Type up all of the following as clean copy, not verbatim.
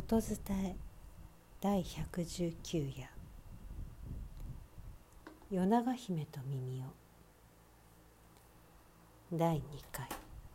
音伝え第119夜。夜長姫と耳を第2回。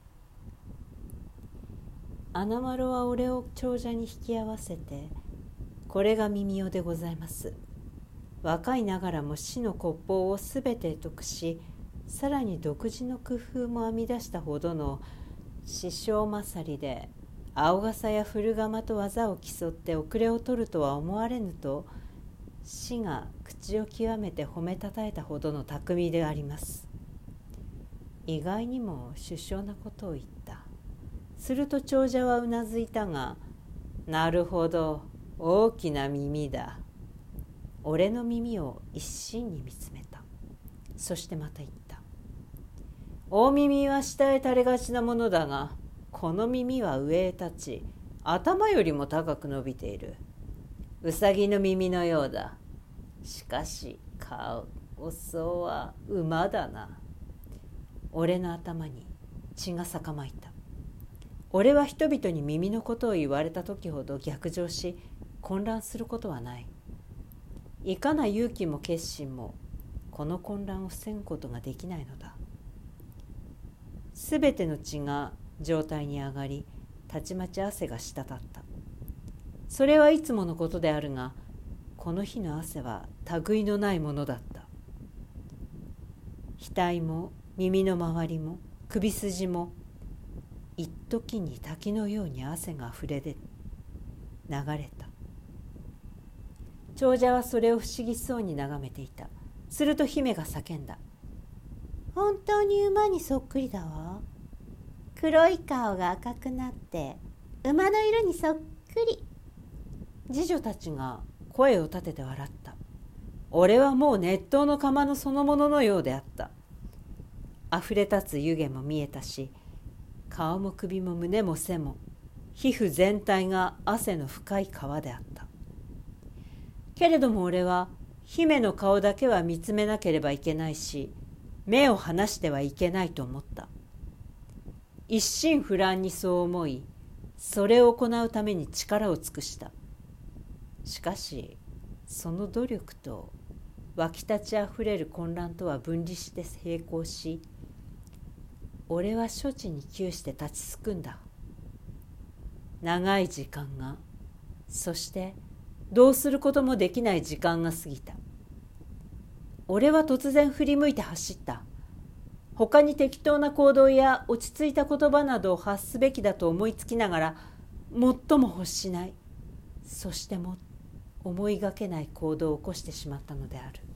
穴丸は俺を長者に引き合わせて、これが耳代でございます。若いながらも死の骨法をすべて得し、さらに独自の工夫も編み出したほどの師匠勝りで、青笠や古釜と技を競って遅れを取るとは思われぬと、師が口を極めて褒めたたえたほどの匠であります。意外にも殊勝なことを言った。すると長者はうなずいたが、なるほど、大きな耳だ。俺の耳を一心に見つめた。そしてまた言った。大耳は下へ垂れがちなものだが、この耳は上へ立ち、頭よりも高く伸びている。うさぎの耳のようだ。しかし顔は馬だな。俺の頭に血が逆まいた。俺は人々に耳のことを言われた時ほど逆上し、混乱することはない。いかな勇気も決心もこの混乱を防ぐことができないのだ。すべての血が上体に上がり、たちまち汗が滴った。それはいつものことであるが、この日の汗は類のないものだった。額も耳の周りも首筋も、一時に滝のように汗があふれ出流れた。長者はそれを不思議そうに眺めていた。すると姫が叫んだ。本当に馬にそっくりだわ。黒い顔が赤くなって馬の色にそっくり。次女たちが声を立てて笑った。俺はもう熱湯の釜のそのもののようであった。あふれ立つ湯気も見えたし、顔も首も胸も背も皮膚全体が汗の深い川であった。けれども俺は姫の顔だけは見つめなければいけないし、目を離してはいけないと思った。一心不乱にそう思い、それを行うために力を尽くした。しかしその努力と湧き立ちあふれる混乱とは分離して並行し、俺は処置に窮して立ちすくんだ。長い時間が、そしてどうすることもできない時間が過ぎた。俺は突然振り向いて走った。他に適当な行動や落ち着いた言葉などを発すべきだと思いつきながら、最も欲しない、そしても思いがけない行動を起こしてしまったのである。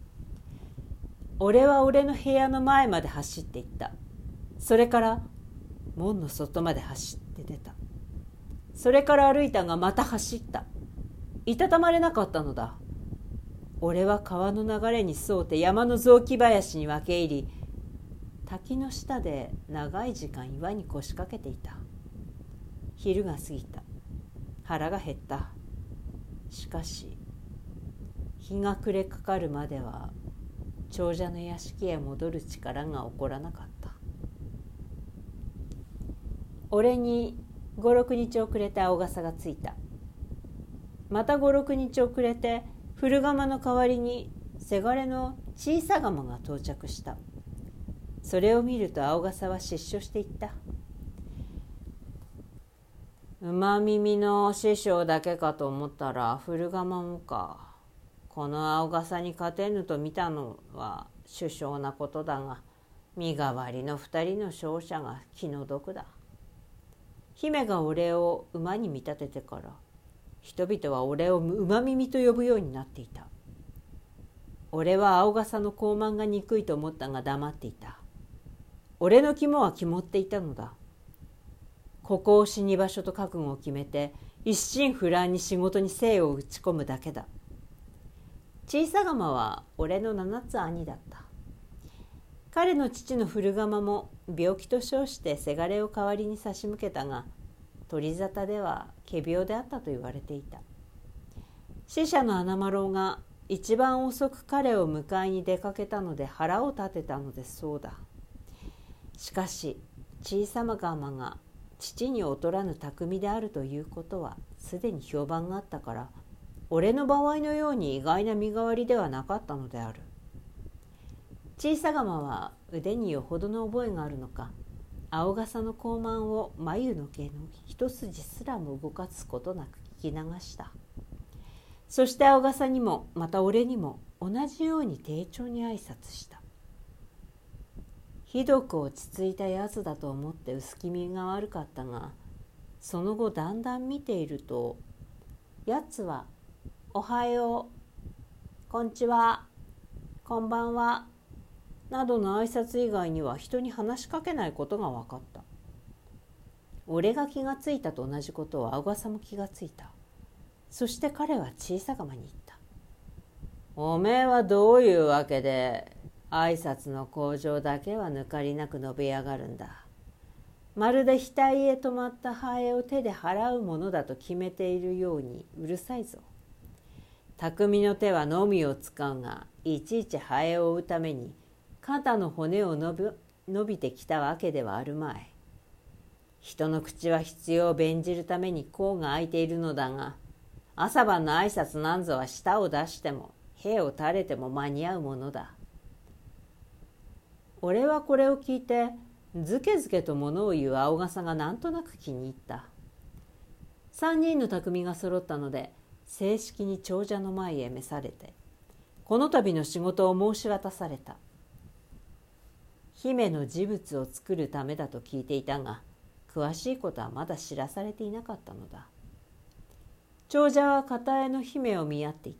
俺は俺の部屋の前まで走っていった。それから門の外まで走って出た。それから歩いたがまた走った。いたたまれなかったのだ。俺は川の流れに沿うて山の雑木林に分け入り、滝の下で長い時間岩に腰掛けていた。昼が過ぎた。腹が減った。しかし日が暮れかかるまでは長者の屋敷へ戻る力が起こらなかった。俺に5、6日遅れて青笠がついた。また5、6日遅れて古釜の代わりにせがれの小さ釜が到着した。それを見ると青笠は失笑していった。馬耳の師匠だけかと思ったら古釜もか。この青笠に勝てぬと見たのは殊勝なことだが、身代わりの2人の勝者が気の毒だ。姫が俺を馬に見立ててから人々は俺を馬耳と呼ぶようになっていた。俺は青笠の傲慢が憎いと思ったが黙っていた。俺の肝は肝っていたのだ。ここを死に場所と覚悟を決めて一心不乱に仕事に精を打ち込むだけだ。小さ釜は俺の7つ兄だった。彼の父の古釜も病気と称してせがれを代わりに差し向けたが、鳥沙汰では仮病であったと言われていた。使者の穴丸が一番遅く彼を迎えに出かけたので腹を立てたのでそうだ。しかし小さ釜が父に劣らぬ匠であるということはすでに評判があったから、俺の場合のように意外な身代わりではなかったのである。小さ鎌は腕によほどの覚えがあるのか、青笠の高慢を眉の毛の一筋すらも動かすことなく聞き流した。そして青笠にもまた俺にも同じように丁重に挨拶した。ひどく落ち着いたやつだと思って薄気味が悪かったが、その後だんだん見ていると、やつはおはよう、こんちは、こんばんはなどの挨拶以外には人に話しかけないことが分かった。俺が気がついたと同じことを青笠も気がついた。そして彼は小さ鎌に言った。おめえはどういうわけで挨拶の口上だけは抜かりなく述べやがるんだ。まるで額へ止まったハエを手で払うものだと決めているようにうるさいぞ。匠の手はのみを使うが、いちいちハエを追うために肩の骨を伸びてきたわけではあるまい。人の口は必要を弁じるために甲が開いているのだが、朝晩の挨拶なんぞは舌を出しても屁を垂れても間に合うものだ。俺はこれを聞いてずけずけと物を言う青笠がなんとなく気に入った。3人の匠が揃ったので正式に長者の前へ召されて、この度の仕事を申し渡された。姫の事物を作るためだと聞いていたが、詳しいことはまだ知らされていなかったのだ。長者は片絵の姫を見合っていった。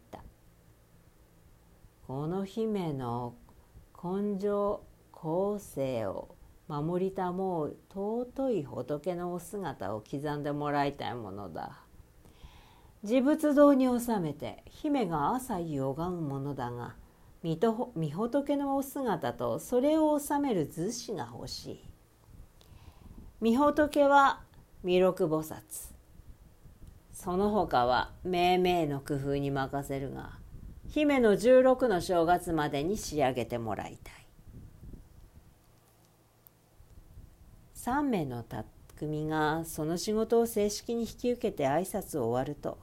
この姫の根性後世を守りたもう尊い仏のお姿を刻んでもらいたいものだ。持仏堂に収めて姫が朝夕拝むものだが、御仏のお姿とそれを収める厨子が欲しい。御仏は弥勒菩薩、その他は命名の工夫に任せるが、姫の16の正月までに仕上げてもらいたい。3名の匠がその仕事を正式に引き受けて挨拶を終わると、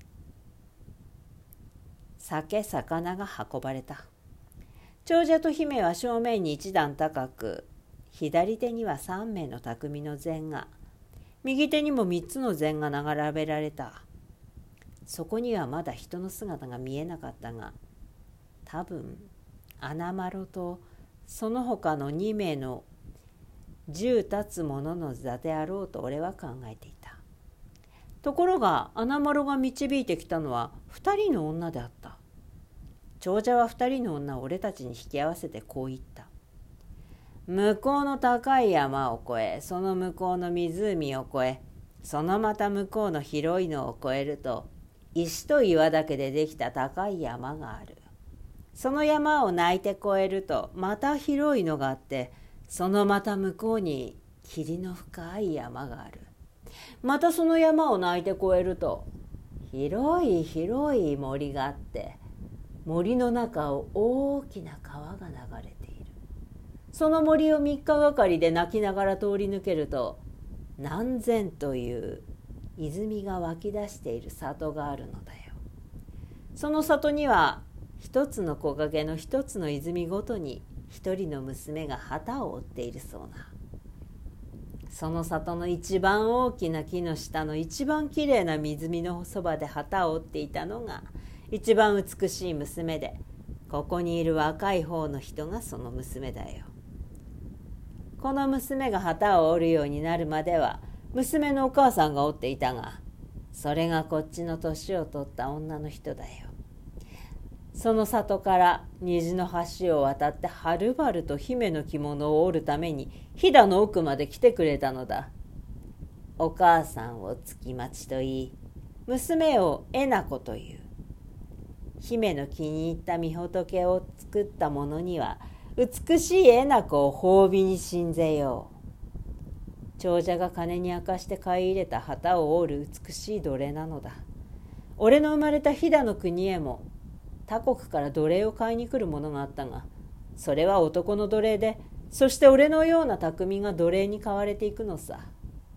酒魚が運ばれた。長者と姫は正面に一段高く、左手には3名の匠の膳が、右手にも3つの膳が並べられた。そこにはまだ人の姿が見えなかったが、多分穴丸とその他の2名の銃立つ者の座であろうと俺は考えていた。ところが穴丸が導いてきたのは2人の女であった。長者は2人の女を俺たちに引き合わせてこう言った。向こうの高い山を越え、その向こうの湖を越え、そのまた向こうの広いのを越えると、石と岩だけでできた高い山がある。その山を泣いて越えるとまた広いのがあって、そのまた向こうに霧の深い山がある。またその山を泣いて越えると広い広い森があって、森の中を大きな川が流れている。その森を3日がかりで泣きながら通り抜けると、南禅という泉が湧き出している里があるのだよ。その里には一つの木陰の一つの泉ごとに一人の娘が旗を折っているそうな。その里の一番大きな木の下の一番きれいな湖のそばで旗を折っていたのが一番美しい娘で、ここにいる若い方の人がその娘だよ。この娘が旗を折るようになるまでは娘のお母さんが折っていたが、それがこっちの年を取った女の人だよ。その里から虹の橋を渡ってはるばると姫の着物を織るために飛騨の奥まで来てくれたのだ。お母さんを月待と言い、娘をえな子という。姫の気に入った御仏を作った者には美しいえな子を褒美に信ぜよう。長者が金に明かして買い入れた旗を織る美しい奴隷なのだ。俺の生まれた飛騨の国へも他国から奴隷を買いに来るものがあったが、それは男の奴隷で、そして俺のような匠が奴隷に買われていくのさ。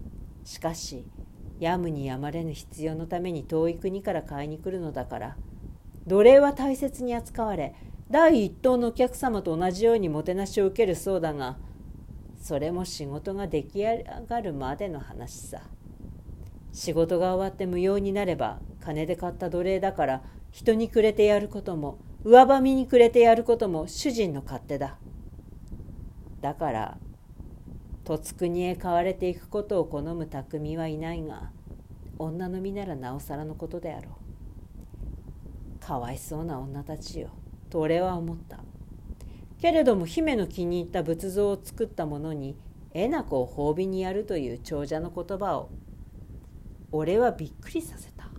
しかしやむにやまれぬ必要のために遠い国から買いに来るのだから、奴隷は大切に扱われ、第一等のお客様と同じようにもてなしを受けるそうだが、それも仕事が出来上がるまでの話さ。仕事が終わって無用になれば、金で買った奴隷だから、人にくれてやることも上ばみにくれてやることも主人の勝手だ。だから嫁国へ買われていくことを好む匠はいないが、女の身ならなおさらのことであろう。かわいそうな女たちよ、と俺は思った。けれども姫の気に入った仏像を作った者にえなこを褒美にやるという長者の言葉を俺はびっくりさせた。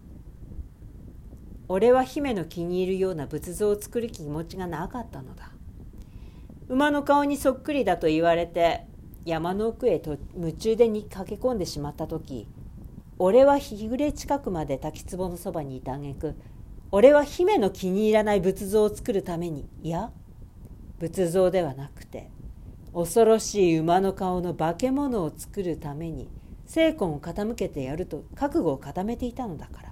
俺は姫の気に入るような仏像を作る気持ちがなかったのだ。馬の顔にそっくりだと言われて山の奥へと夢中でに駆け込んでしまった時、俺は日暮れ近くまで滝壺のそばにいた挙句、俺は姫の気に入らない仏像を作るために、いや仏像ではなくて恐ろしい馬の顔の化け物を作るために精魂を傾けてやると覚悟を固めていたのだから。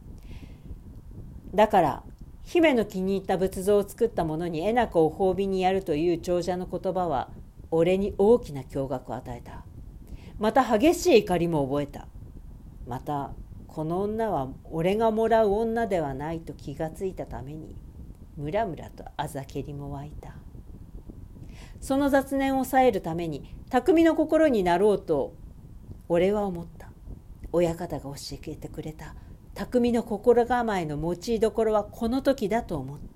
だから姫の気に入った仏像を作った者にえなこを褒美にやるという長者の言葉は俺に大きな驚愕を与えた。また激しい怒りも覚えた。またこの女は俺がもらう女ではないと気がついたためにムラムラとあざけりも湧いた。その雑念を抑えるために匠の心になろうと俺は思った。親方が教えてくれた匠の心構えの用いどころはこの時だと思った。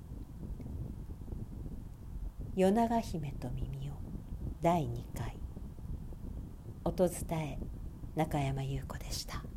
夜長姫と耳を第2回。音伝え中山優子でした。